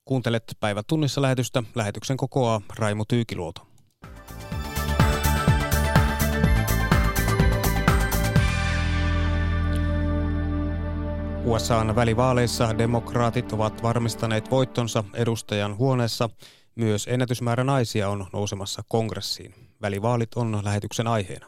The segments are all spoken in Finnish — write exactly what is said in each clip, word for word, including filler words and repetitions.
Kuuntelet Päivä tunnissa lähetystä. Lähetyksen kokoaa Raimo Tyykiluoto. U S A:n välivaaleissa demokraatit ovat varmistaneet voittonsa edustajan huoneessa. Myös ennätysmäärä naisia on nousemassa kongressiin. Välivaalit on lähetyksen aiheena.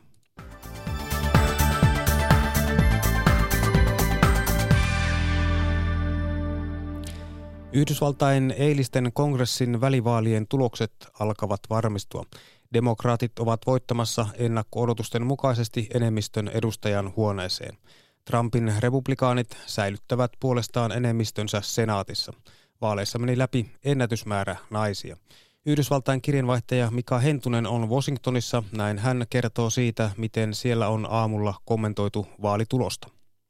Yhdysvaltain eilisten kongressin välivaalien tulokset alkavat varmistua. Demokraatit ovat voittamassa ennakko-odotusten mukaisesti enemmistön edustajan huoneeseen. Trumpin republikaanit säilyttävät puolestaan enemmistönsä senaatissa. Vaaleissa meni läpi ennätysmäärä naisia. Yhdysvaltain kirjanvaihtaja Mika Hentunen on Washingtonissa. Näin hän kertoo siitä, miten siellä on aamulla kommentoitu vaalitulosta.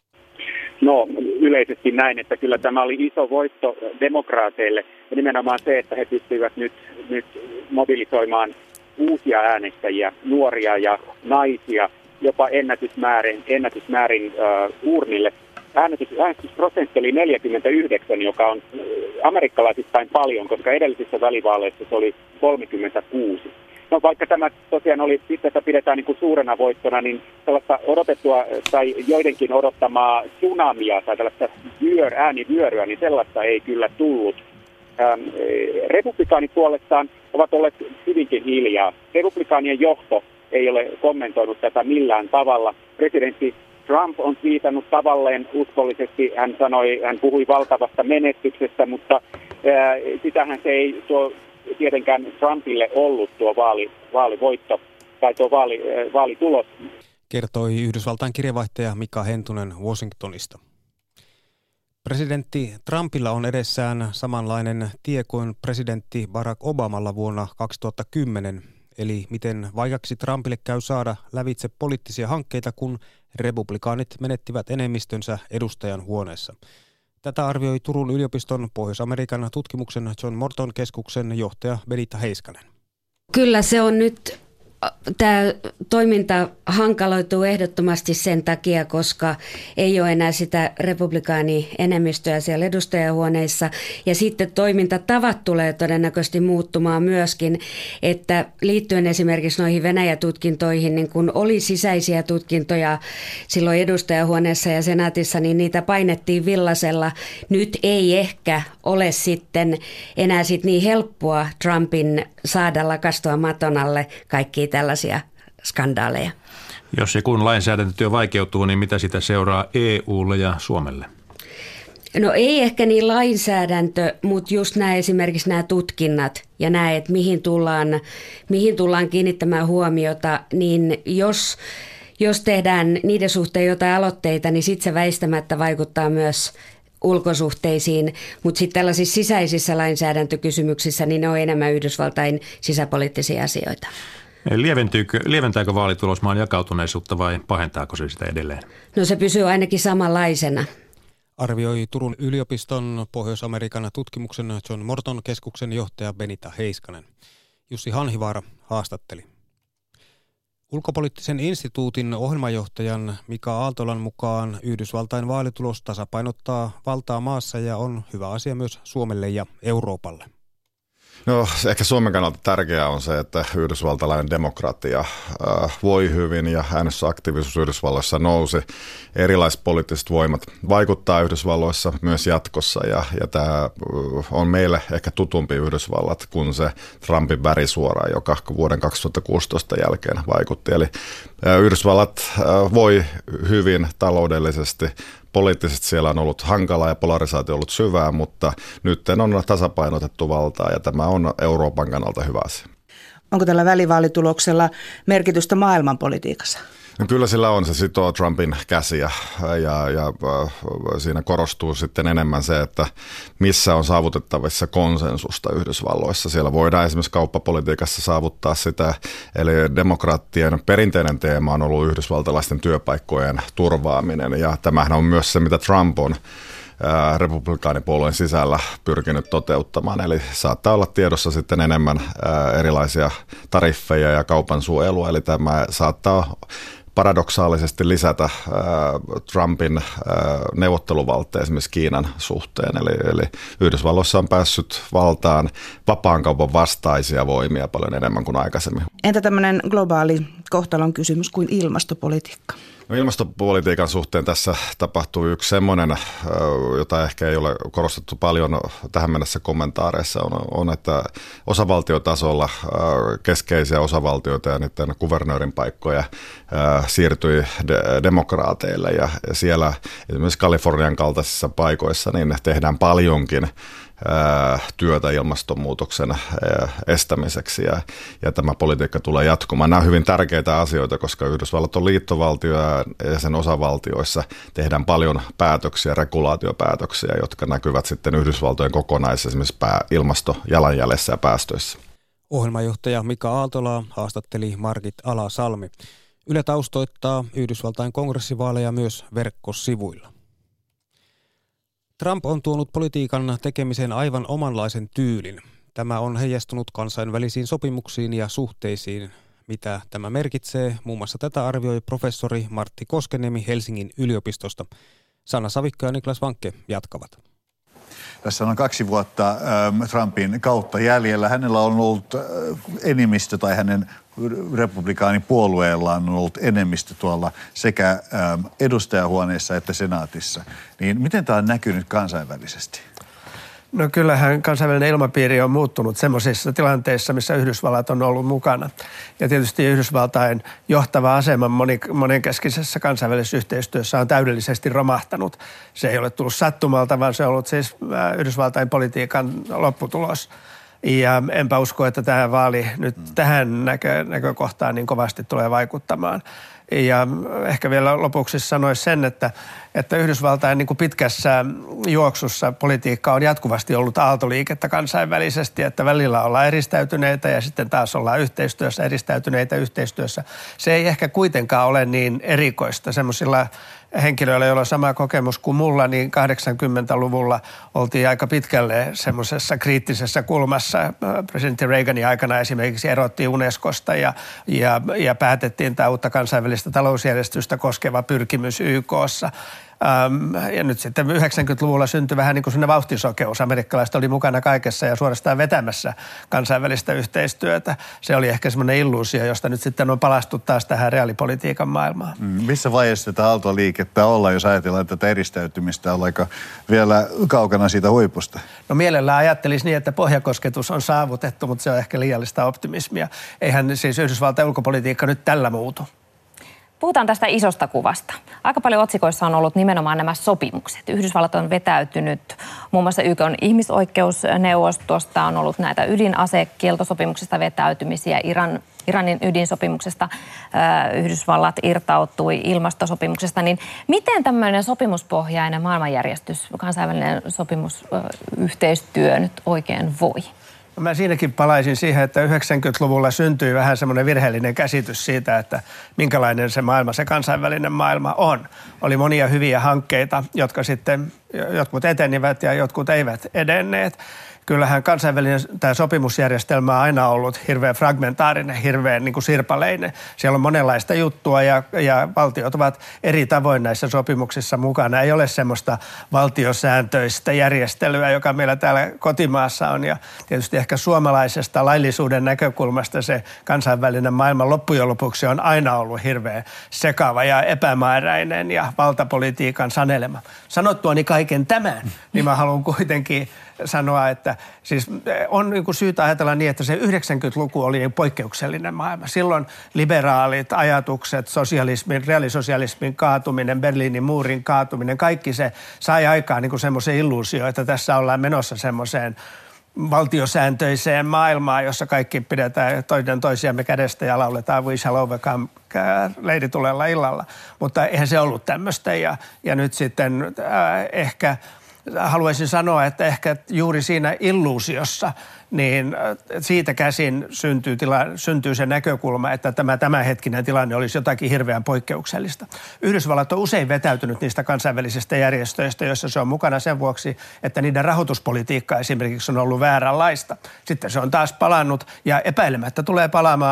No yleisesti näin, että kyllä tämä oli iso voitto demokraateille. Ja nimenomaan se, että he pystyivät nyt, nyt mobilisoimaan uusia äänestäjiä, nuoria ja naisia, jopa ennätysmäärin, ennätysmäärin uh, uurnille. Äänestys, äänestysprosentti oli neljäkymmentäyhdeksän, joka on amerikkalaisittain paljon, koska edellisissä välivaaleissa se oli kolmekymmentäkuusi. No vaikka tämä tosiaan oli, tätä pidetään niin kuin suurena voittona, niin sellaista odotettua tai joidenkin odottamaa tsunamia tai tällaista vyör, äänivyöryä, niin sellaista ei kyllä tullut. Ähm, republikaanit puolestaan ovat olleet hyvinkin hiljaa. Republikaanien johto ei ole kommentoinut tätä millään tavalla. Presidentti Trump on viitannut tavalleen uskollisesti. Hän sanoi, hän puhui valtavasta menestyksestä, mutta ää, sitähän se ei tuo tietenkään Trumpille ollut tuo vaali, vaalivoitto tai tuo vaali, ää, vaalitulos. Kertoi Yhdysvaltain kirjavaihtaja Mika Hentunen Washingtonista. Presidentti Trumpilla on edessään samanlainen tie kuin presidentti Barack Obamalla vuonna kaksituhattakymmenen. Eli miten vaikeaksi Trumpille käy saada lävitse poliittisia hankkeita, kun republikaanit menettivät enemmistönsä edustajan huoneessa. Tätä arvioi Turun yliopiston Pohjois-Amerikan tutkimuksen John Morton keskuksen johtaja Benita Heiskanen. Kyllä se on nyt, tämä toiminta hankaloituu ehdottomasti sen takia, koska ei ole enää sitä republikaanienemmistöä siellä edustajahuoneissa. Ja sitten toimintatavat tulee todennäköisesti muuttumaan myöskin, että liittyen esimerkiksi noihin Venäjä-tutkintoihin, niin kun oli sisäisiä tutkintoja silloin edustajahuoneessa ja senaatissa, niin niitä painettiin villasella. Nyt ei ehkä ole sitten enää sit niin helppoa Trumpin saada lakastua maton alle kaikkia tällaisia skandaaleja. Jos ja kun lainsäädäntötyö vaikeutuu, niin mitä sitä seuraa E U:lle ja Suomelle? No ei ehkä niin lainsäädäntö, mutta just nämä esimerkiksi nämä tutkinnat ja nämä, että mihin tullaan, mihin tullaan kiinnittämään huomiota, niin jos, jos tehdään niiden suhteen jotain aloitteita, niin sitten se väistämättä vaikuttaa myös ulkosuhteisiin, mutta sitten tällaisissa sisäisissä lainsäädäntökysymyksissä, niin ne on enemmän Yhdysvaltain sisäpoliittisia asioita. Lieventääkö vaalitulos maan jakautuneisuutta vai pahentaako se sitä edelleen? No se pysyy ainakin samanlaisena. Arvioi Turun yliopiston Pohjois-Amerikan tutkimuksen John Morton keskuksen johtaja Benita Heiskanen. Jussi Hanhivaara haastatteli. Ulkopoliittisen instituutin ohjelmajohtajan Mika Aaltolan mukaan Yhdysvaltain vaalitulos tasapainottaa valtaa maassa ja on hyvä asia myös Suomelle ja Euroopalle. No ehkä Suomen kannalta tärkeää on se, että yhdysvaltalainen demokratia äh, voi hyvin ja äänestysaktiivisuus Yhdysvalloissa nousi. Erilaiset poliittiset voimat vaikuttaa Yhdysvalloissa myös jatkossa ja, ja tämä on meille ehkä tutumpi Yhdysvallat kuin se Trumpin värisuora, joka vuoden kaksituhattakuusitoista jälkeen vaikutti. Eli äh, Yhdysvallat äh, voi hyvin taloudellisesti. Poliittisesti siellä on ollut hankalaa ja polarisaatio on ollut syvää, mutta nyt on tasapainotettu valtaa ja tämä on Euroopan kannalta hyvä asia. Onko tällä välivaalituloksella merkitystä maailmanpolitiikassa? No kyllä sillä on, se sitoo Trumpin käsiä ja, ja äh, siinä korostuu sitten enemmän se, että missä on saavutettavissa konsensusta Yhdysvalloissa. Siellä voidaan esimerkiksi kauppapolitiikassa saavuttaa sitä, eli demokraattien perinteinen teema on ollut yhdysvaltalaisten työpaikkojen turvaaminen ja tämähän on myös se, mitä Trump on republikaanipuolueen sisällä pyrkinyt toteuttamaan. Eli saattaa olla tiedossa sitten enemmän erilaisia tariffeja ja kaupan suojelua, eli tämä saattaa paradoksaalisesti lisätä ää, Trumpin ää, neuvotteluvaltaa esimerkiksi Kiinan suhteen. Eli, eli Yhdysvalloissa on päässyt valtaan vapaankaupan vastaisia voimia paljon enemmän kuin aikaisemmin. Entä tämmöinen globaali kohtalon kysymys kuin ilmastopolitiikka? No, ilmastopolitiikan suhteen tässä tapahtuu yksi semmoinen, jota ehkä ei ole korostettu paljon tähän mennessä kommentaareissa, on, on että osavaltiotasolla keskeisiä osavaltioita ja niiden kuvernöörin paikkoja siirtyi de- demokraateille ja siellä esimerkiksi Kalifornian kaltaisissa paikoissa niin tehdään paljonkin työtä ilmastonmuutoksen estämiseksi ja, ja tämä politiikka tulee jatkumaan. Nämä on hyvin tärkeitä asioita, koska Yhdysvallat on liittovaltio ja sen osavaltioissa tehdään paljon päätöksiä, regulaatiopäätöksiä, jotka näkyvät sitten Yhdysvaltojen kokonaisessa esimerkiksi ilmastojalanjäljessä ja päästöissä. Ohjelmajohtaja Mika Aaltola haastatteli Margit Alasalmi. Yle taustoittaa Yhdysvaltain kongressivaaleja myös verkkosivuilla. Trump on tuonut politiikan tekemiseen aivan omanlaisen tyylin. Tämä on heijastunut kansainvälisiin sopimuksiin ja suhteisiin. Mitä tämä merkitsee? Muun muassa tätä arvioi professori Martti Koskeniemi Helsingin yliopistosta. Sanna Savikko ja Niklas Vankke jatkavat. Tässä on kaksi vuotta Trumpin kautta jäljellä. Hänellä on ollut enemmistö tai hänen republikaanipuolueellaan on ollut enemmistö tuolla sekä edustajahuoneessa että senaatissa. Niin miten tämä on näkynyt kansainvälisesti? No kyllähän kansainvälinen ilmapiiri on muuttunut semmoisissa tilanteissa, missä Yhdysvallat on ollut mukana. Ja tietysti Yhdysvaltain johtava asema monenkeskisessä kansainvälisessä yhteistyössä on täydellisesti romahtanut. Se ei ole tullut sattumalta, vaan se on ollut siis Yhdysvaltain politiikan lopputulos. Ja enpä usko, että tämä vaali nyt tähän näkö, näkökohtaan niin kovasti tulee vaikuttamaan. Ja ehkä vielä lopuksi sanoisi sen, että, että Yhdysvaltain niin kuin pitkässä juoksussa politiikka on jatkuvasti ollut aaltoliikettä kansainvälisesti, että välillä ollaan eristäytyneitä ja sitten taas ollaan yhteistyössä, eristäytyneitä yhteistyössä. Se ei ehkä kuitenkaan ole niin erikoista semmoisilla henkilöillä, joilla on sama kokemus kuin mulla, niin kahdeksankymmentäluvulla oltiin aika pitkälle semmoisessa kriittisessä kulmassa. Presidentti Reaganin aikana esimerkiksi erottiin Unescosta ja, ja, ja päätettiin tämä uutta kansainvälistä talousjärjestystä koskeva pyrkimys Y K:ssa. Ähm, ja nyt sitten yhdeksänkymmentäluvulla syntyi vähän niin kuin sellainen vauhtisokeus. Amerikkalaiset oli mukana kaikessa ja suorastaan vetämässä kansainvälistä yhteistyötä. Se oli ehkä semmoinen illuusio, josta nyt sitten on palastu taas tähän reaalipolitiikan maailmaan. Mm, missä vaiheessa tätä aaltoliikettä ollaan, jos ajatellaan tätä eristäytymistä, ollaanko vielä kaukana siitä huipusta? No mielellään ajattelisi niin, että pohjakosketus on saavutettu, mutta se on ehkä liiallista optimismia. Eihän siis Yhdysvaltain ulkopolitiikka nyt tällä muutu. Puhutaan tästä isosta kuvasta. Aika paljon otsikoissa on ollut nimenomaan nämä sopimukset. Yhdysvallat on vetäytynyt muun muassa Y K:n ihmisoikeusneuvostosta, on ollut näitä ydinasekieltosopimuksista vetäytymisiä, Iran, Iranin ydinsopimuksesta äh, Yhdysvallat irtautui ilmastosopimuksesta. Niin miten tämmöinen sopimuspohjainen maailmanjärjestys, kansainvälinen sopimusyhteistyö nyt oikein voi? Mä siinäkin palaisin siihen, että yhdeksänkymmentäluvulla syntyi vähän semmoinen virheellinen käsitys siitä, että minkälainen se maailma, se kansainvälinen maailma on. Oli monia hyviä hankkeita, jotka sitten jotkut etenivät ja jotkut eivät edenneet. Kyllähän kansainvälinen tämä sopimusjärjestelmä on aina ollut hirveän fragmentaarinen, hirveän niin kuin sirpaleinen. Siellä on monenlaista juttua ja, ja valtiot ovat eri tavoin näissä sopimuksissa mukana. Ei ole semmoista valtiosääntöistä järjestelyä, joka meillä täällä kotimaassa on. Ja tietysti ehkä suomalaisesta laillisuuden näkökulmasta se kansainvälinen maailma loppujen lopuksi on aina ollut hirveän sekava ja epämääräinen ja valtapolitiikan sanelema. Sanottuani kaiken tämän, niin mä haluan kuitenkin sanoa, että siis on niin kuin syytä ajatella niin, että se yhdeksänkymmentäluku oli niin poikkeuksellinen maailma. Silloin liberaalit ajatukset, sosialismin, reaalisosialismin kaatuminen, Berliinin muurin kaatuminen, kaikki se sai aikaan niin kuin semmoisen illuusio, että tässä ollaan menossa semmoiseen valtiosääntöiseen maailmaan, jossa kaikki pidetään toinen toisiamme kädestä ja lauletaan We shall overcome leiritulella illalla. Mutta eihän se ollut tämmöistä ja, ja nyt sitten äh, ehkä haluaisin sanoa, että ehkä juuri siinä illuusiossa, niin siitä käsin syntyy, tila, syntyy se näkökulma, että tämä tämänhetkinen tilanne olisi jotakin hirveän poikkeuksellista. Yhdysvallat on usein vetäytynyt niistä kansainvälisistä järjestöistä, joissa se on mukana sen vuoksi, että niiden rahoituspolitiikka esimerkiksi on ollut vääränlaista. Sitten se on taas palannut ja epäilemättä tulee palaamaan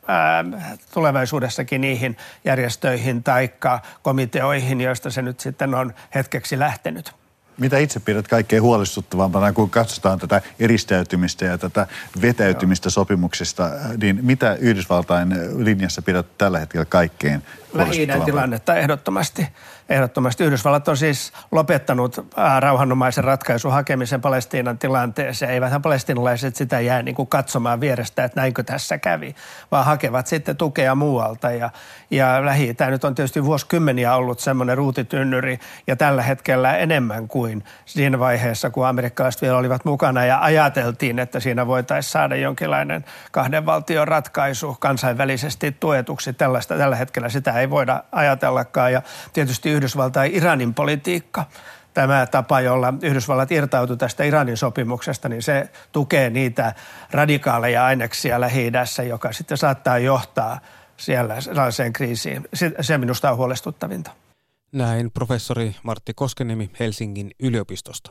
ää, tulevaisuudessakin niihin järjestöihin tai komiteoihin, joista se nyt sitten on hetkeksi lähtenyt. Mitä itse pidät kaikkein huolestuttavampana, kun katsotaan tätä eristäytymistä ja tätä vetäytymistä sopimuksista, niin mitä Yhdysvaltain linjassa pidät tällä hetkellä kaikkein huolestuttavampana? Lähi-idän tilannetta ehdottomasti. Ehdottomasti Yhdysvallat on siis lopettanut rauhanomaisen ratkaisun hakemisen Palestiinan tilanteeseen. Eiväthän palestiinalaiset sitä jää niin kuin katsomaan vierestä, että näinkö tässä kävi, vaan hakevat sitten tukea muualta. Ja, ja Lähi-itä nyt on tietysti vuosikymmeniä ollut semmoinen ruutitynnyri ja tällä hetkellä enemmän kuin siinä vaiheessa, kun amerikkalaiset vielä olivat mukana ja ajateltiin, että siinä voitaisiin saada jonkinlainen kahden valtion ratkaisu kansainvälisesti tuetuksi. Tällaista, tällä hetkellä sitä ei voida ajatellakaan ja tietysti Yhdysvaltain Iranin politiikka, tämä tapa, jolla Yhdysvallat irtautui tästä Iranin sopimuksesta, niin se tukee niitä radikaaleja aineksia Lähi-idässä, joka sitten saattaa johtaa siellä sellaiseen kriisiin. Se minusta on huolestuttavinta. Näin professori Martti Koskeniemi Helsingin yliopistosta.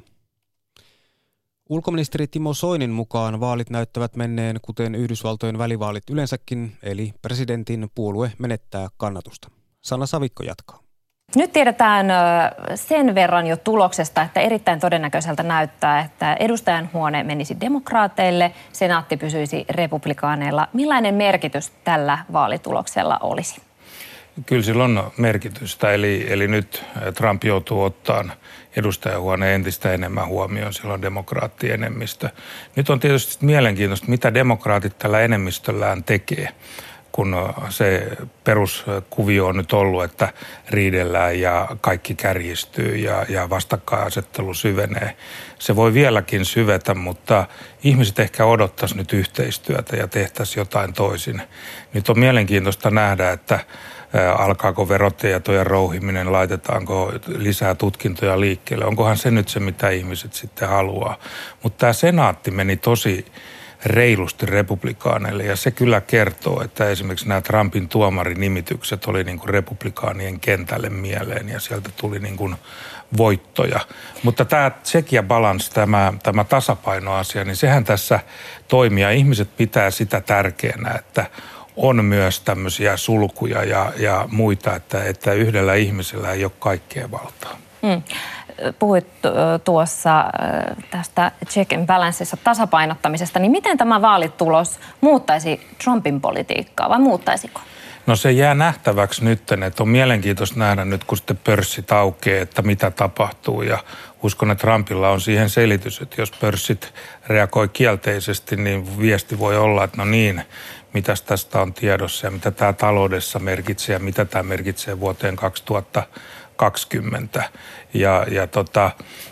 Ulkoministeri Timo Soinin mukaan vaalit näyttävät menneen kuten Yhdysvaltojen välivaalit yleensäkin, eli presidentin puolue menettää kannatusta. Sanna Savikko jatkaa. Nyt tiedetään sen verran jo tuloksesta, että erittäin todennäköiseltä näyttää, että edustajanhuone menisi demokraateille, senaatti pysyisi republikaaneilla. Millainen merkitys tällä vaalituloksella olisi? Kyllä sillä on merkitystä, eli, eli nyt Trump joutuu ottamaan edustajahuoneen entistä enemmän huomioon, sillä on demokraattienemmistö. Nyt on tietysti mielenkiintoista, mitä demokraatit tällä enemmistöllään tekee, kun se peruskuvio on nyt ollut, että riidellään ja kaikki kärjistyy ja, ja vastakkainasettelu syvenee. Se voi vieläkin syvetä, mutta ihmiset ehkä odottaisi nyt yhteistyötä ja tehtäisiin jotain toisin. Nyt on mielenkiintoista nähdä, että alkaako verotietojen rouhiminen, laitetaanko lisää tutkintoja liikkeelle. Onkohan se nyt se, mitä ihmiset sitten haluaa. Mutta tämä senaatti meni tosi reilusti republikaaneille ja se kyllä kertoo, että esimerkiksi nämä Trumpin tuomarinimitykset oli niin kuin republikaanien kentälle mieleen ja sieltä tuli niin kuin voittoja. Mutta tämä check ja balance, tämä, tämä tasapainoasia, niin sehän tässä toimii ja ihmiset pitää sitä tärkeänä, että on myös tämmöisiä sulkuja ja, ja muita, että, että yhdellä ihmisellä ei ole kaikkea valtaa. Hmm. Puhuit tuossa tästä check and balanceissa tasapainottamisesta, niin miten tämä vaalitulos muuttaisi Trumpin politiikkaa vai muuttaisiko? No se jää nähtäväksi nyt, että on mielenkiintoista nähdä nyt, kun sitten pörssit aukeaa, että mitä tapahtuu ja uskon, että Trumpilla on siihen selitys, että jos pörssit reagoi kielteisesti, niin viesti voi olla, että no niin, mitäs tästä on tiedossa ja mitä tämä taloudessa merkitsee ja mitä tämä merkitsee vuoteen kaksituhattakaksikymmentä. Ja, ja tota,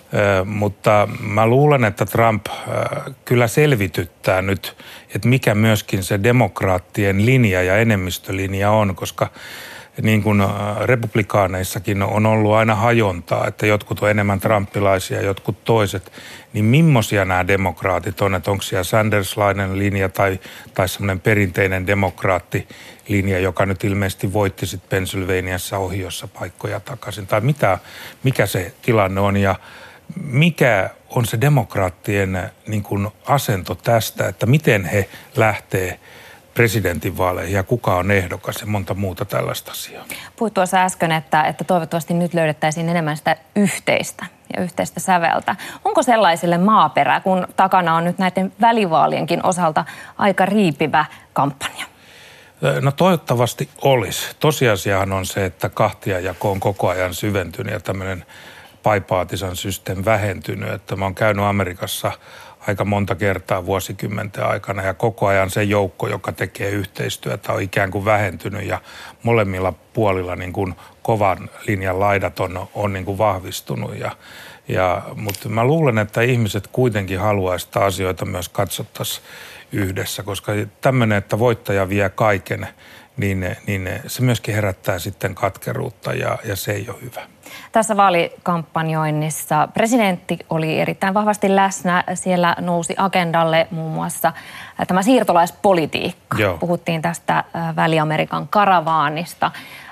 mutta mä luulen, että Trump kyllä selvityttää nyt, että mikä myöskin se demokraattien linja ja enemmistölinja on, koska niin kuin republikaaneissakin on ollut aina hajontaa, että jotkut on enemmän trumpilaisia, jotkut toiset, niin millaisia nämä demokraatit on, että onko siellä Sanderslainen linja tai, tai semmoinen perinteinen demokraattilinja, joka nyt ilmeisesti voitti sitten Pennsylvaniassa Ohiossa paikkoja takaisin, tai mitä, mikä se tilanne on ja mikä on se demokraattien niin kuin asento tästä, että miten he lähtee presidentinvaaleihin ja kuka on ehdokas ja monta muuta tällaista asiaa. Puhuit tuossa äsken, että, että toivottavasti nyt löydettäisiin enemmän sitä yhteistä ja yhteistä säveltä. Onko sellaiselle maaperää, kun takana on nyt näiden välivaalienkin osalta aika riipivä kampanja? No toivottavasti olisi. Tosiasiahan on se, että kahtiajako on koko ajan syventynyt ja tämmöinen bipartisan systeemi vähentynyt. Että mä oon käynyt Amerikassa aika monta kertaa vuosikymmenten aikana ja koko ajan se joukko, joka tekee yhteistyötä, on ikään kuin vähentynyt ja molemmilla puolilla niin kuin kovan linjan laidat on, on niin kuin vahvistunut. Ja, ja, mutta mä luulen, että ihmiset kuitenkin haluaisivat sitä asioita myös katsottaisiin yhdessä, koska tämmöinen, että voittaja vie kaiken, niin, niin se myöskin herättää sitten katkeruutta ja, ja se ei ole hyvä. Tässä vaalikampanjoinnissa presidentti oli erittäin vahvasti läsnä. Siellä nousi agendalle muun muassa tämä siirtolaispolitiikka. Joo. Puhuttiin tästä Väli-Amerikan karavaanista.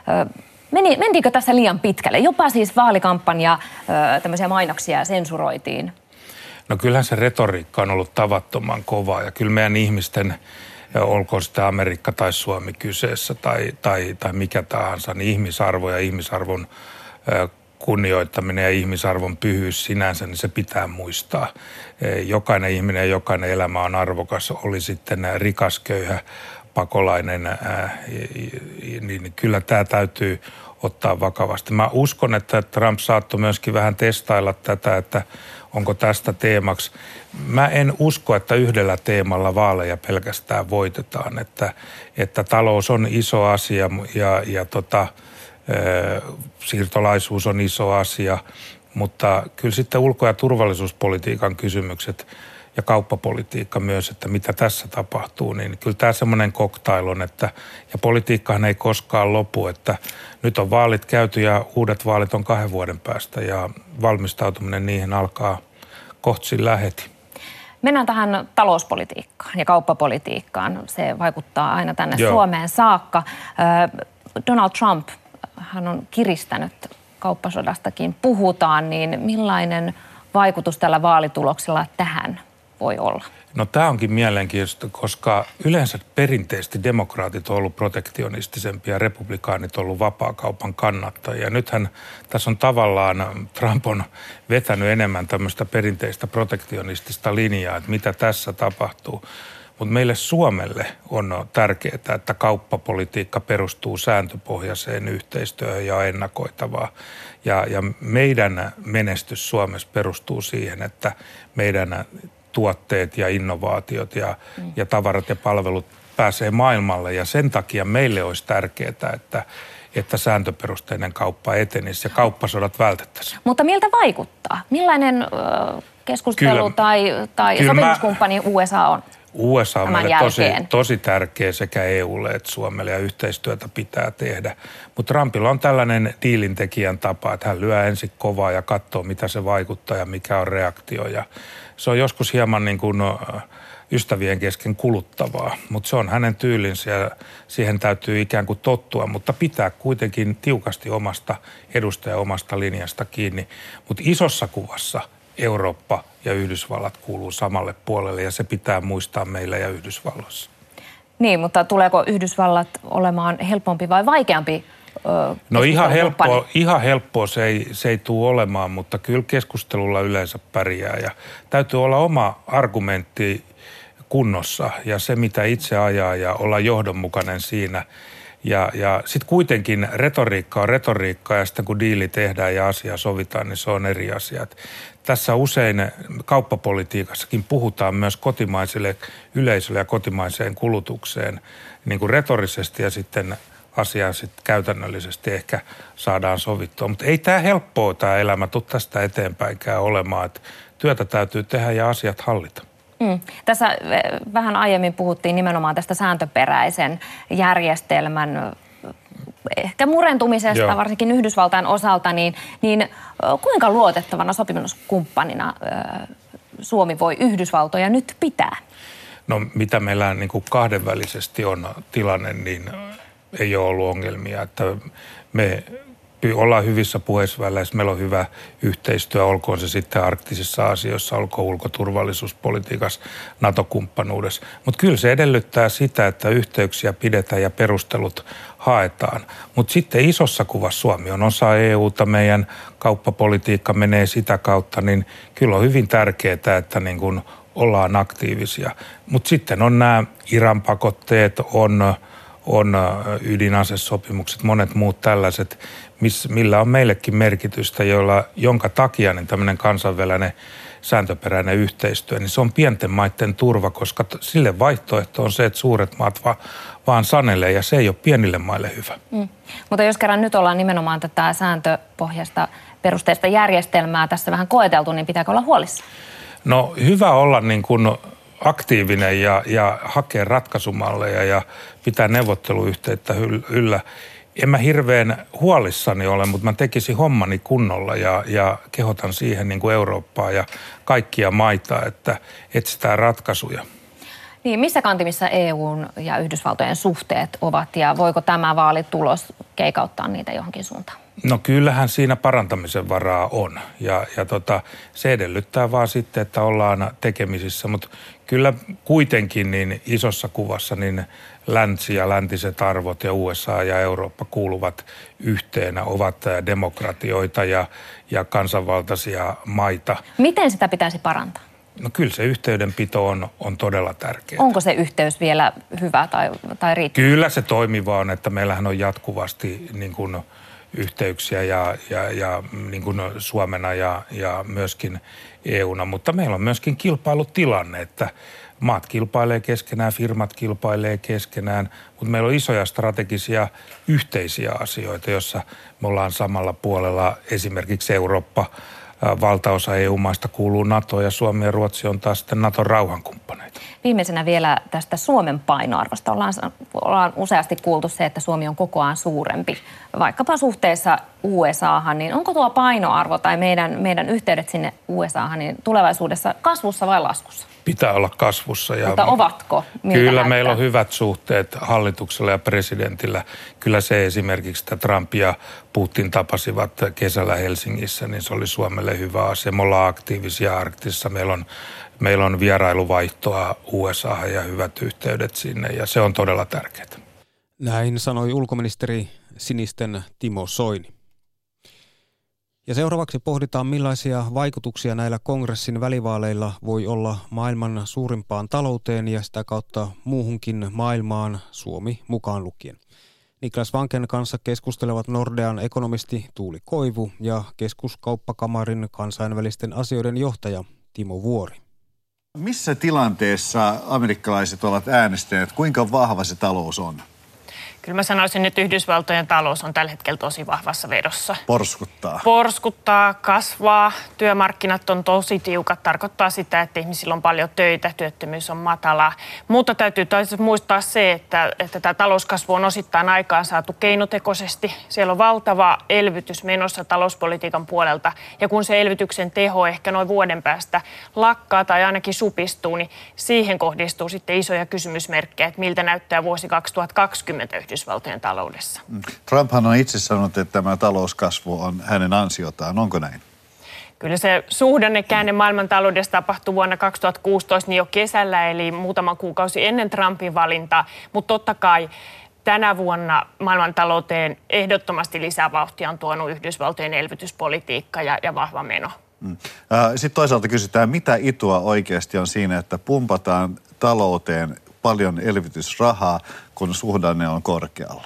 Meni, mentiinkö tässä liian pitkälle? Jopa siis vaalikampanja, tämmöisiä mainoksia sensuroitiin. No kyllähän se retoriikka on ollut tavattoman kovaa ja kyllä meidän ihmisten olkoon sitä Amerikka tai Suomi kyseessä tai, tai, tai mikä tahansa, niin ihmisarvo ja ihmisarvon kunnioittaminen ja ihmisarvon pyhyys sinänsä, niin se pitää muistaa. Jokainen ihminen ja jokainen elämä on arvokas, oli sitten rikas, köyhä, pakolainen, ää, niin kyllä tämä täytyy ottaa vakavasti. Mä uskon, että Trump saattoi myöskin vähän testailla tätä, että onko tästä teemaksi. Mä en usko, että yhdellä teemalla vaaleja pelkästään voitetaan, että, että talous on iso asia ja, ja tota, siirtolaisuus on iso asia, mutta kyllä sitten ulko- ja turvallisuuspolitiikan kysymykset ja kauppapolitiikka myös, että mitä tässä tapahtuu, niin kyllä tämä semmoinen cocktail on, että ja politiikkahan ei koskaan lopu, että nyt on vaalit käyty ja uudet vaalit on kahden vuoden päästä ja valmistautuminen niihin alkaa kohta sillä heti. Mennään tähän talouspolitiikkaan ja kauppapolitiikkaan. Se vaikuttaa aina tänne Joo. Suomeen saakka. Donald Trump, hän on kiristänyt, kauppasodastakin puhutaan, niin millainen vaikutus tällä vaalituloksella tähän voi olla? No tämä onkin mielenkiintoista, koska yleensä perinteisesti demokraatit on ollut protektionistisempia ja republikaanit on ollut vapaakaupan kannattajia. Nythän tässä on tavallaan, Trump on vetänyt enemmän tämmöistä perinteistä protektionistista linjaa, että mitä tässä tapahtuu. Mutta meille Suomelle on tärkeää, että kauppapolitiikka perustuu sääntöpohjaiseen yhteistyöhön ja ennakoitavaa. Ja, ja meidän menestys Suomessa perustuu siihen, että meidän tuotteet ja innovaatiot ja, mm. ja tavarat ja palvelut pääsee maailmalle. Ja sen takia meille olisi tärkeää, että, että sääntöperusteinen kauppa etenisi ja kauppasodat vältettäisiin. Mutta miltä vaikuttaa? Millainen ö, keskustelu kyllä, tai, tai sopimuskumppani mä... U S A on? U S A on meille tosi, tosi tärkeä sekä E U:lle että Suomelle ja yhteistyötä pitää tehdä. Mutta Trumpilla on tällainen diilintekijän tapa, että hän lyö ensin kovaa ja katsoo, mitä se vaikuttaa ja mikä on reaktio. Ja se on joskus hieman niin kuin ystävien kesken kuluttavaa, mutta se on hänen tyylinsä ja siihen täytyy ikään kuin tottua, mutta pitää kuitenkin tiukasti omasta edusta ja omasta linjasta kiinni. Mutta isossa kuvassa Eurooppa ja Yhdysvallat kuuluu samalle puolelle ja se pitää muistaa meillä ja Yhdysvalloissa. Niin, mutta tuleeko Yhdysvallat olemaan helpompi vai vaikeampi? Ö, no ihan helppoa, ihan helppoa se ei, se ei tule olemaan, mutta kyllä keskustelulla yleensä pärjää ja täytyy olla oma argumentti kunnossa ja se mitä itse ajaa ja olla johdonmukainen siinä. Ja, ja sitten kuitenkin retoriikka on retoriikkaa ja sitten kun diili tehdään ja asia sovitaan, niin se on eri asia. Tässä usein kauppapolitiikassakin puhutaan myös kotimaiselle yleisölle ja kotimaiseen kulutukseen niin kuin retorisesti ja sitten asiaa sitten käytännöllisesti ehkä saadaan sovittua. Mutta ei tämä helppoa tämä elämä tule tästä eteenpäinkään olemaan, että työtä täytyy tehdä ja asiat hallita. Mm. Tässä vähän aiemmin puhuttiin nimenomaan tästä sääntöperäisen järjestelmän ehkä murentumisesta, Joo. varsinkin Yhdysvaltain osalta, niin, niin kuinka luotettavana sopimuskumppanina Suomi voi Yhdysvaltoja nyt pitää? No mitä meillä niin kuin kahdenvälisesti on tilanne, niin ei ole ollut ongelmia, että me ollaan hyvissä puheisväleissä, meillä on hyvä yhteistyö, olkoon se sitten arktisissa asioissa, olkoon ulkoturvallisuuspolitiikassa, NATO-kumppanuudessa. Mutta kyllä se edellyttää sitä, että yhteyksiä pidetään ja perustelut haetaan. Mutta sitten isossa kuvassa Suomi on osa E U:ta, meidän kauppapolitiikka menee sitä kautta, niin kyllä on hyvin tärkeää, että niin kun ollaan aktiivisia. Mutta sitten on nämä Iran pakotteet, on, on ydinasesopimukset, monet muut tällaiset, miss, millä on meillekin merkitystä, joilla, jonka takia niin tämmöinen kansainvälinen sääntöperäinen yhteistyö, niin se on pienten maiden turva, koska sille vaihtoehto on se, että suuret maat va, vaan sanelee ja se ei ole pienille maille hyvä. Mm. Mutta jos kerran nyt ollaan nimenomaan tätä sääntöpohjaista perusteista järjestelmää tässä vähän koeteltu, niin pitääkö olla huolissa? No hyvä olla niin kuin aktiivinen ja, ja hakea ratkaisumalleja ja pitää neuvotteluyhteyttä yllä. En mä hirveän huolissani ole, mutta mä tekisin hommani kunnolla ja, ja kehotan siihen niin kuin Eurooppaa ja kaikkia maita, että etsitään ratkaisuja. Niin, missä kantimissa E U:n ja Yhdysvaltojen suhteet ovat ja voiko tämä vaalitulos keikauttaa niitä johonkin suuntaan? No kyllähän siinä parantamisen varaa on ja, ja tota, se edellyttää vaan sitten, että ollaan tekemisissä, mutta kyllä kuitenkin niin isossa kuvassa niin länsi ja läntiset arvot ja U S A ja Eurooppa kuuluvat yhteenä, ovat demokratioita ja, ja kansanvaltaisia maita. Miten sitä pitäisi parantaa? No kyllä se yhteydenpito on, on todella tärkeää. Onko se yhteys vielä hyvä tai, tai riittävä? Kyllä se toimiva on, että meillähän on jatkuvasti niin kuin yhteyksiä ja, ja, ja niin kuin Suomena ja, ja myöskin E U:na, mutta meillä on myöskin kilpailutilanne, että maat kilpailee keskenään, firmat kilpailee keskenään, mutta meillä on isoja strategisia yhteisiä asioita, joissa me ollaan samalla puolella. Esimerkiksi Eurooppa, valtaosa E U-maista kuuluu NATOon ja Suomi ja Ruotsi on taas sitten NATOn rauhankumppaneita. Viimeisenä vielä tästä Suomen painoarvosta. Ollaan, ollaan useasti kuultu se, että Suomi on kokoaan suurempi, vaikkapa suhteessa U S A:han. Niin onko tuo painoarvo tai meidän, meidän yhteydet sinne U S A:han niin tulevaisuudessa kasvussa vai laskussa? Pitää olla kasvussa. Ja mutta ovatko? Miltä kyllä näyttää? Meillä on hyvät suhteet hallituksella ja presidentillä. Kyllä se esimerkiksi, että Trump ja Putin tapasivat kesällä Helsingissä, niin se oli Suomelle hyvä asia. Me ollaan aktiivisia Arktisessa. Meillä on, meillä on vierailuvaihtoa U S A:han ja hyvät yhteydet sinne ja se on todella tärkeää. Näin sanoi ulkoministeri Sinisten Timo Soini. Ja seuraavaksi pohditaan, millaisia vaikutuksia näillä kongressin välivaaleilla voi olla maailman suurimpaan talouteen ja sitä kautta muuhunkin maailmaan, Suomi mukaan lukien. Niklas Vanken kanssa keskustelevat Nordean ekonomisti Tuuli Koivu ja Keskuskauppakamarin kansainvälisten asioiden johtaja Timo Vuori. Missä tilanteessa amerikkalaiset ovat äänestäneet? Kuinka vahva se talous on? Kyllä mä sanoisin, että Yhdysvaltojen talous on tällä hetkellä tosi vahvassa vedossa. Porskuttaa. Porskuttaa, kasvaa, työmarkkinat on tosi tiukat, tarkoittaa sitä, että ihmisillä on paljon töitä, työttömyys on matala. Mutta täytyy taas muistaa se, että, että tämä talouskasvu on osittain aikaan saatu keinotekoisesti. Siellä on valtava elvytys menossa talouspolitiikan puolelta ja kun se elvytyksen teho ehkä noin vuoden päästä lakkaa tai ainakin supistuu, niin siihen kohdistuu sitten isoja kysymysmerkkejä, että miltä näyttää vuosi kaksituhattakaksikymmentä Yhdysvaltojen taloudessa. Trumphan on itse sanonut, että tämä talouskasvu on hänen ansiotaan. Onko näin? Kyllä se suhdannekäänne maailmantaloudessa tapahtui vuonna kaksituhattakuusitoista niin jo kesällä, eli muutama kuukausi ennen Trumpin valintaa. Mutta totta kai tänä vuonna maailmantalouteen ehdottomasti lisävauhtia on tuonut Yhdysvaltojen elvytyspolitiikka ja, ja vahva meno. Mm. Sitten toisaalta kysytään, mitä itua oikeasti on siinä, että pumpataan talouteen paljon elvytysrahaa, kun suhdanne on korkealla?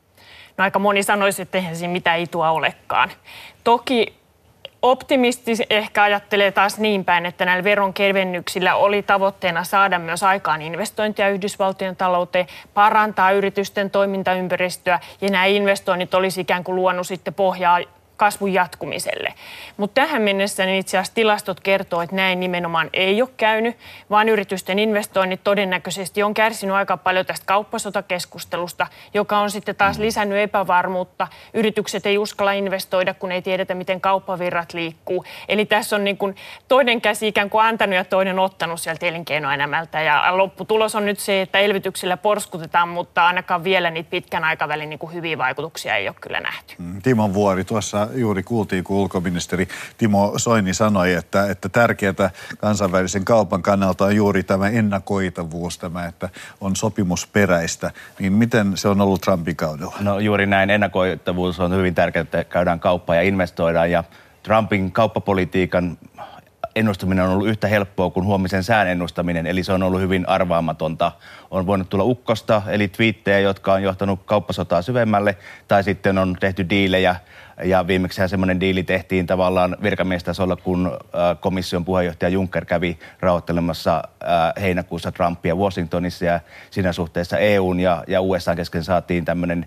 No aika moni sanoisi, että eihän siinä mitään itua olekaan. Toki optimisti ehkä ajattelee taas niin päin, että näillä veronkevennyksillä oli tavoitteena saada myös aikaan investointia Yhdysvaltojen talouteen, parantaa yritysten toimintaympäristöä ja nämä investoinnit olisi ikään kuin luonut sitten pohjaa kasvun jatkumiselle. Mutta tähän mennessä niin itse asiassa tilastot kertoo, että näin nimenomaan ei ole käynyt, vaan yritysten investoinnit todennäköisesti on kärsinyt aika paljon tästä kauppasotakeskustelusta, joka on sitten taas lisännyt epävarmuutta. Yritykset ei uskalla investoida, kun ei tiedetä, miten kauppavirrat liikkuu. Eli tässä on niin kuin toinen käsi ikään kuin antanut ja toinen ottanut sieltä elinkeinoelämältä. Ja lopputulos on nyt se, että elvytyksellä porskutetaan, mutta ainakaan vielä niitä pitkän aikavälin niin kuin hyviä vaikutuksia ei ole kyllä nähty. Timo Vuori, tuossa juuri kuultiin, kun ulkoministeri Timo Soini sanoi, että, että tärkeää kansainvälisen kaupan kannalta on juuri tämä ennakoitavuus, tämä, että on sopimusperäistä. Niin miten se on ollut Trumpin kaudella? No juuri näin, ennakoitavuus on hyvin tärkeää, että käydään kauppaa ja investoidaan. Ja Trumpin kauppapolitiikan ennustaminen on ollut yhtä helppoa kuin huomisen sään ennustaminen, eli se on ollut hyvin arvaamatonta. On voinut tulla ukkosta, eli twiittejä, jotka on johtanut kauppasotaa syvemmälle, tai sitten on tehty diilejä, ja viimeksihän semmoinen diili tehtiin tavallaan virkamiestasolla, kun komission puheenjohtaja Juncker kävi rauhoittelemassa heinäkuussa Trumpia Washingtonissa, ja siinä suhteessa E U:n ja, ja U S A:n kesken saatiin tämmöinen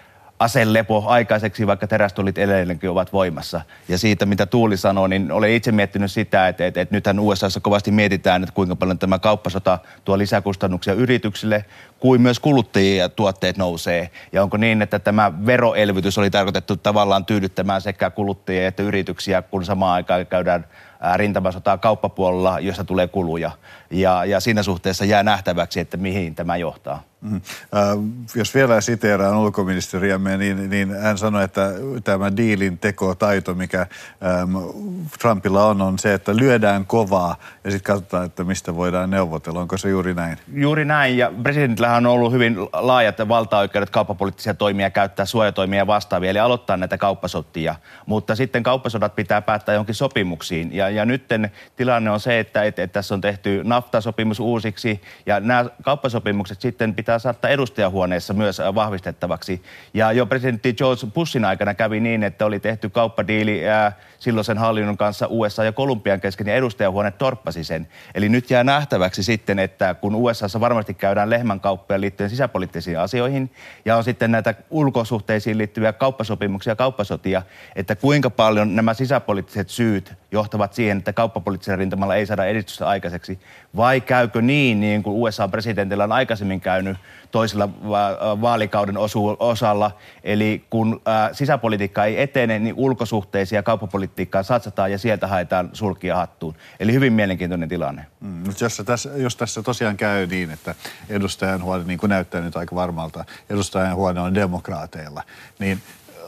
aselepo aikaiseksi, vaikka terästullit edelleenkin ovat voimassa. Ja siitä, mitä Tuuli sanoi, niin olen itse miettinyt sitä, että, että, että nythän U S A:ssa kovasti mietitään, että kuinka paljon tämä kauppasota tuo lisäkustannuksia yrityksille, kuin myös kuluttajien ja tuotteet nousee. Ja onko niin, että tämä veroelvytys oli tarkoitettu tavallaan tyydyttämään sekä kuluttajia että yrityksiä, kun samaan aikaan käydään rintamasotaa kauppapuolella, jossa tulee kuluja. Ja, ja siinä suhteessa jää nähtäväksi, että mihin tämä johtaa. Mm. Äh, jos vielä siteeraan ulkoministeriämme, niin, niin hän sanoi, että tämä diilin tekotaito, mikä äm, Trumpilla on, on se, että lyödään kovaa ja sitten katsotaan, että mistä voidaan neuvotella. Onko se juuri näin? Juuri näin, ja presidentillähän on ollut hyvin laajat valtaoikeudet kauppapoliittisia toimia käyttää, suojatoimia ja vastaavia, eli aloittaa näitä kauppasotia. Mutta sitten kauppasodat pitää päättää johonkin sopimuksiin. Ja, ja nyt tilanne on se, että, että, että tässä on tehty NAFTA-sopimus uusiksi, ja nämä kauppasopimukset sitten pitää saattaa edustajahuoneessa myös vahvistettavaksi. Ja jo presidentti George Bushin aikana kävi niin, että oli tehty kauppadiili ää, silloisen hallinnon kanssa U S A ja Kolumbian kesken, ja edustajahuone torppasi sen. Eli nyt jää nähtäväksi sitten, että kun U S A:ssa varmasti käydään lehmänkauppoja liittyen sisäpoliittisiin asioihin, ja on sitten näitä ulkosuhteisiin liittyviä kauppasopimuksia ja kauppasotia, että kuinka paljon nämä sisäpoliittiset syyt johtavat siihen, että kauppapoliittisella rintamalla ei saada edistystä aikaiseksi, vai käykö niin, niin kuin U S A-presidentillä on aikaisemmin käynyt toisella vaalikauden osu- osalla, eli kun ää, sisäpolitiikka ei etene, niin ulkosuhteisia kauppapolitiikkaan satsataan ja sieltä haetaan sulkia hattuun. Eli hyvin mielenkiintoinen tilanne. Mm, jos, tässä, jos tässä tosiaan käy niin, että edustajanhuone, niin kuin näyttää nyt aika varmalta, edustajanhuone on demokraateilla, niin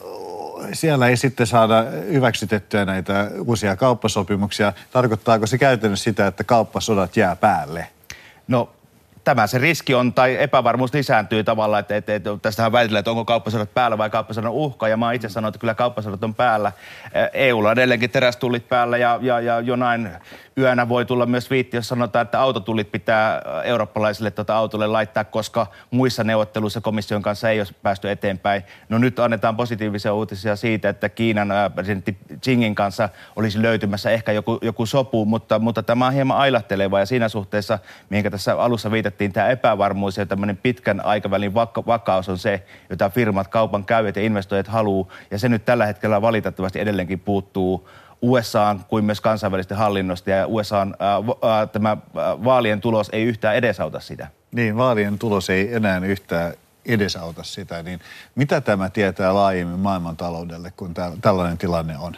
siellä ei sitten saada hyväksytettyä näitä uusia kauppasopimuksia. Tarkoittaako se käytännössä sitä, että kauppasodat jää päälle? No, tämä se riski on, tai epävarmuus lisääntyy tavallaan, että, että, että tästähän väitellään, että onko kauppasodat päällä vai kauppasodan uhka, ja mä oon itse sanonut, että kyllä kauppasodat on päällä. E U:lla on edelleenkin terästullit päällä, ja, ja, ja jonain yönä voi tulla myös viitti, jos sanotaan, että autotullit pitää eurooppalaisille tuota autolle laittaa, koska muissa neuvotteluissa komission kanssa ei ole päästy eteenpäin. No nyt annetaan positiivisia uutisia siitä, että Kiinan presidentti Xingin kanssa olisi löytymässä ehkä joku, joku sopu, mutta, mutta tämä on hieman ailahteleva, ja siinä suhteessa, mihinkä tässä alussa viitattiin, tämä epävarmuus ja tämmöinen pitkän aikavälin vaka- vakaus on se, jota firmat, kaupan käyjät ja investoijat haluaa, ja se nyt tällä hetkellä valitettavasti edelleenkin puuttuu U S A:n kuin myös kansainvälisten hallinnosta, ja U S A:n ää, ää, tämä ää, vaalien tulos ei yhtään edesauta sitä. Niin, vaalien tulos ei enää yhtään edesauta sitä, niin mitä tämä tietää laajemmin maailmantaloudelle, kun tä- tällainen tilanne on?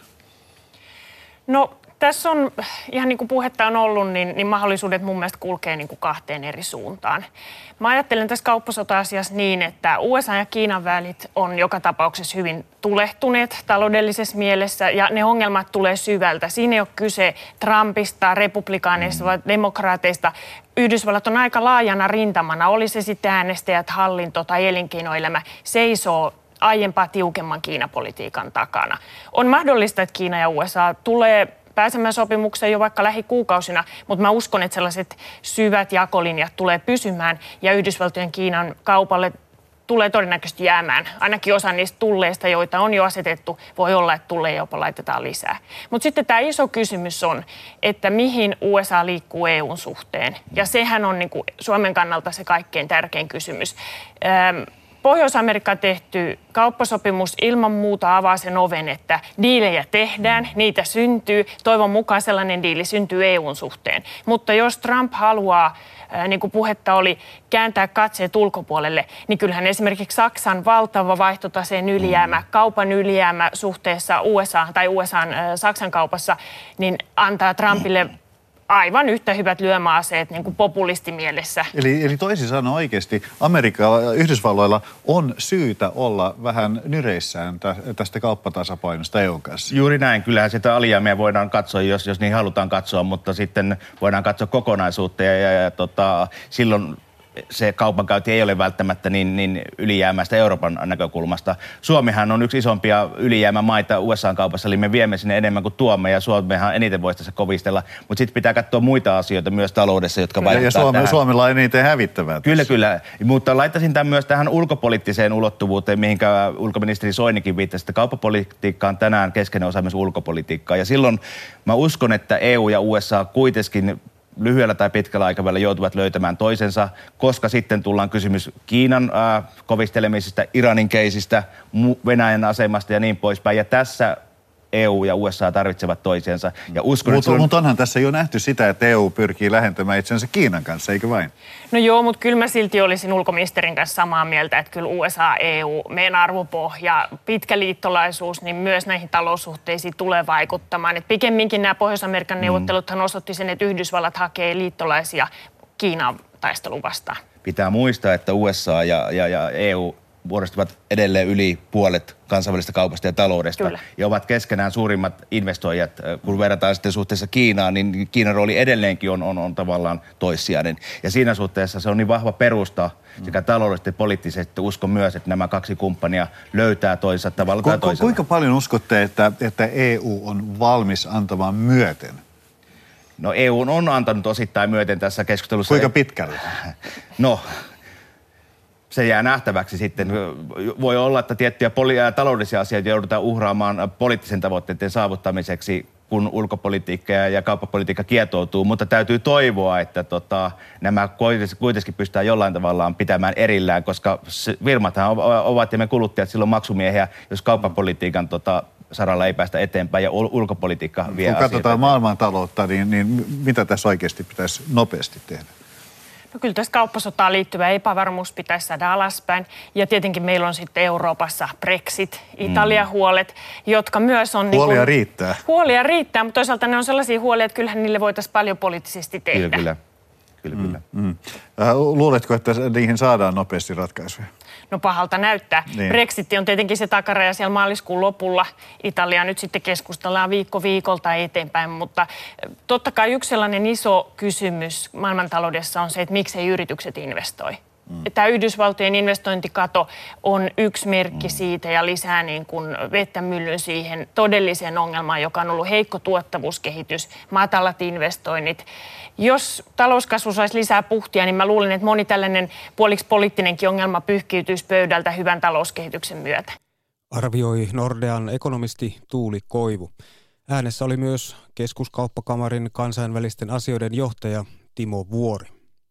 No, tässä on, ihan niin kuin puhetta on ollut, niin, niin mahdollisuudet mun mielestä kulkee niin kuin kahteen eri suuntaan. Mä ajattelen tässä kauppasota-asiassa niin, että U S A ja Kiinan välit on joka tapauksessa hyvin tulehtuneet taloudellisessa mielessä, ja ne ongelmat tulee syvältä. Siinä ei ole kyse Trumpista, republikaaneista vai demokraateista. Yhdysvallat on aika laajana rintamana, oli se sitten äänestäjät, hallinto tai elinkeinoelämä, seisoo aiempaa tiukemman Kiinapolitiikan takana. On mahdollista, että Kiina ja U S A tulee pääsemään sopimukseen jo vaikka lähikuukausina, mutta mä uskon, että sellaiset syvät jakolinjat tulee pysymään, ja Yhdysvaltojen Kiinan kaupalle tulee todennäköisesti jäämään. Ainakin osa niistä tulleista, joita on jo asetettu, voi olla, että tulleja jopa laitetaan lisää. Mutta sitten tämä iso kysymys on, että mihin U S A liikkuu E U:n suhteen. Ja sehän on niin kuin Suomen kannalta se kaikkein tärkein kysymys. Ähm, Pohjois-Amerikkaan tehty kauppasopimus ilman muuta avaa sen oven, että diilejä tehdään, niitä syntyy. Toivon mukaan sellainen diili syntyy E U:n suhteen. Mutta jos Trump haluaa, niin kuin puhetta oli, kääntää katseet ulkopuolelle, niin kyllähän esimerkiksi Saksan valtava vaihtotaseen ylijäämä, kaupan ylijäämä suhteessa U S A tai U S A:n Saksan kaupassa, niin antaa Trumpille aivan yhtä hyvät lyömäaseet niin kuin populistimielessä. Eli, eli toisin sanoen oikeasti Amerikalla, Yhdysvalloilla on syytä olla vähän nyreissään tästä kauppatasapainosta E U:n kanssa. Juuri näin. Kyllähän sitä alijäämiä voidaan katsoa, jos, jos niin halutaan katsoa, mutta sitten voidaan katsoa kokonaisuutta, ja, ja, ja tota, silloin se kaupankäynti ei ole välttämättä niin, niin ylijäämäistä Euroopan näkökulmasta. Suomihan on yksi isompia ylijäämämaita U S A-kaupassa, eli me viemme sinne enemmän kuin tuomme, ja Suomihan eniten voisi tässä kovistella. Mutta sitten pitää katsoa muita asioita myös taloudessa, jotka vaikuttavat ja Suomi, tähän. Suomella on eniten hävittävää. Kyllä, kyllä. Mutta laittaisin tämän myös tähän ulkopoliittiseen ulottuvuuteen, mihinkä ulkoministeri Soinikin viittasi, että kauppapolitiikka on tänään keskeinen osa myös ulkopolitiikkaa. Ja silloin mä uskon, että E U ja U S A kuitenkin lyhyellä tai pitkällä aikavälillä joutuvat löytämään toisensa, koska sitten tullaan kysymys Kiinan äh, kovistelemisesta, Iranin keisistä, Venäjän asemasta ja niin poispäin. Ja tässä E U ja U S A tarvitsevat toisiansa. Ja uskon, mutta, on... mutta onhan tässä jo nähty sitä, että E U pyrkii lähentämään itsensä Kiinan kanssa, eikö vain? No joo, mutta kyllä mä silti olisin ulkoministerin kanssa samaa mieltä, että kyllä U S A, E U, meidän arvopohja, pitkä liittolaisuus, niin myös näihin taloussuhteisiin tulee vaikuttamaan. Et pikemminkin nämä Pohjois-Amerikan neuvotteluthan osoitti sen, että Yhdysvallat hakee liittolaisia Kiinaan taistelun vastaan? Pitää muistaa, että U S A ja, ja, ja E U muodostavat edelleen yli puolet kansainvälisestä kaupasta ja taloudesta. Kyllä. Ja ovat keskenään suurimmat investoijat. Kun verrataan sitten suhteessa Kiinaan, niin Kiinan rooli edelleenkin on, on, on tavallaan toissijainen. Ja siinä suhteessa se on niin vahva perusta sekä taloudellisesti että poliittisesti. Uskon myös, että nämä kaksi kumppania löytää toisensa tavalla tai toisella. Kuinka paljon uskotte, että, että E U on valmis antamaan myöten? No E U on antanut osittain myöten tässä keskustelussa. Kuinka pitkälle? No... Se jää nähtäväksi sitten. Voi olla, että tiettyjä poli- taloudellisia asioita joudutaan uhraamaan poliittisen tavoitteiden saavuttamiseksi, kun ulkopolitiikka ja kauppapolitiikka kietoutuu, mutta täytyy toivoa, että tota, nämä kuitenkin pystytään jollain tavallaan pitämään erillään, koska firmathan ovat ja me kuluttajat silloin maksumiehiä, jos kauppapolitiikan tota, saralla ei päästä eteenpäin ja ul- ulkopolitiikka vie Kun katsotaan maailmantaloutta, niin, niin mitä tässä oikeasti pitäisi nopeasti tehdä? No kyllä tässä kauppasotaan liittyvä epävarmuus pitäisi saada alaspäin. Ja tietenkin meillä on sitten Euroopassa Brexit, Italian mm. huolet, jotka myös on... Huolia niin kuin, riittää. Huolia riittää, mutta toisaalta ne on sellaisia huolia, että kyllähän niille voitaisiin paljon poliittisesti tehdä. Kyllä, kyllä. kyllä, mm. kyllä. Mm. Äh, luuletko, että niihin saadaan nopeasti ratkaisuja? No pahalta näyttää. Niin. Brexit on tietenkin se takaraja siellä maaliskuun lopulla. Italia nyt sitten keskustellaan viikko viikolta eteenpäin, mutta totta kai yksi sellainen iso kysymys maailmantaloudessa on se, että miksei yritykset investoi. Mm. Tämä Yhdysvaltojen investointikato on yksi merkki mm. siitä ja lisää niin kuin vettä myllyn siihen todelliseen ongelmaan, joka on ollut heikko tuottavuuskehitys, matalat investoinnit. Jos talouskasvu saisi lisää puhtia, niin mä luulen, että moni tällainen puoliksi poliittinenkin ongelma pyyhkiytyisi pöydältä hyvän talouskehityksen myötä. Arvioi Nordean ekonomisti Tuuli Koivu. Äänessä oli myös Keskuskauppakamarin kansainvälisten asioiden johtaja Timo Vuori.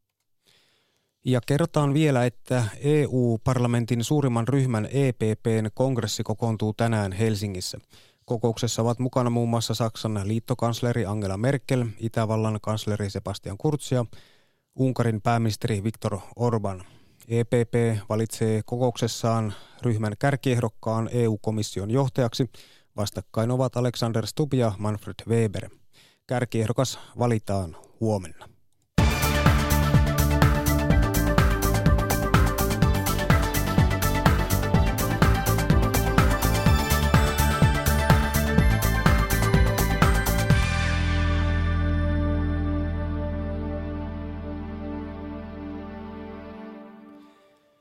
Ja kerrotaan vielä, että E U-parlamentin suurimman ryhmän E P P:n kongressi kokoontuu tänään Helsingissä. Kokouksessa ovat mukana muun muassa Saksan liittokansleri Angela Merkel, Itävallan kansleri Sebastian Kurz ja Unkarin pääministeri Viktor Orban. E P P valitsee kokouksessaan ryhmän kärkiehdokkaan E U-komission johtajaksi. Vastakkain ovat Alexander Stubb ja Manfred Weber. Kärkiehdokas valitaan huomenna.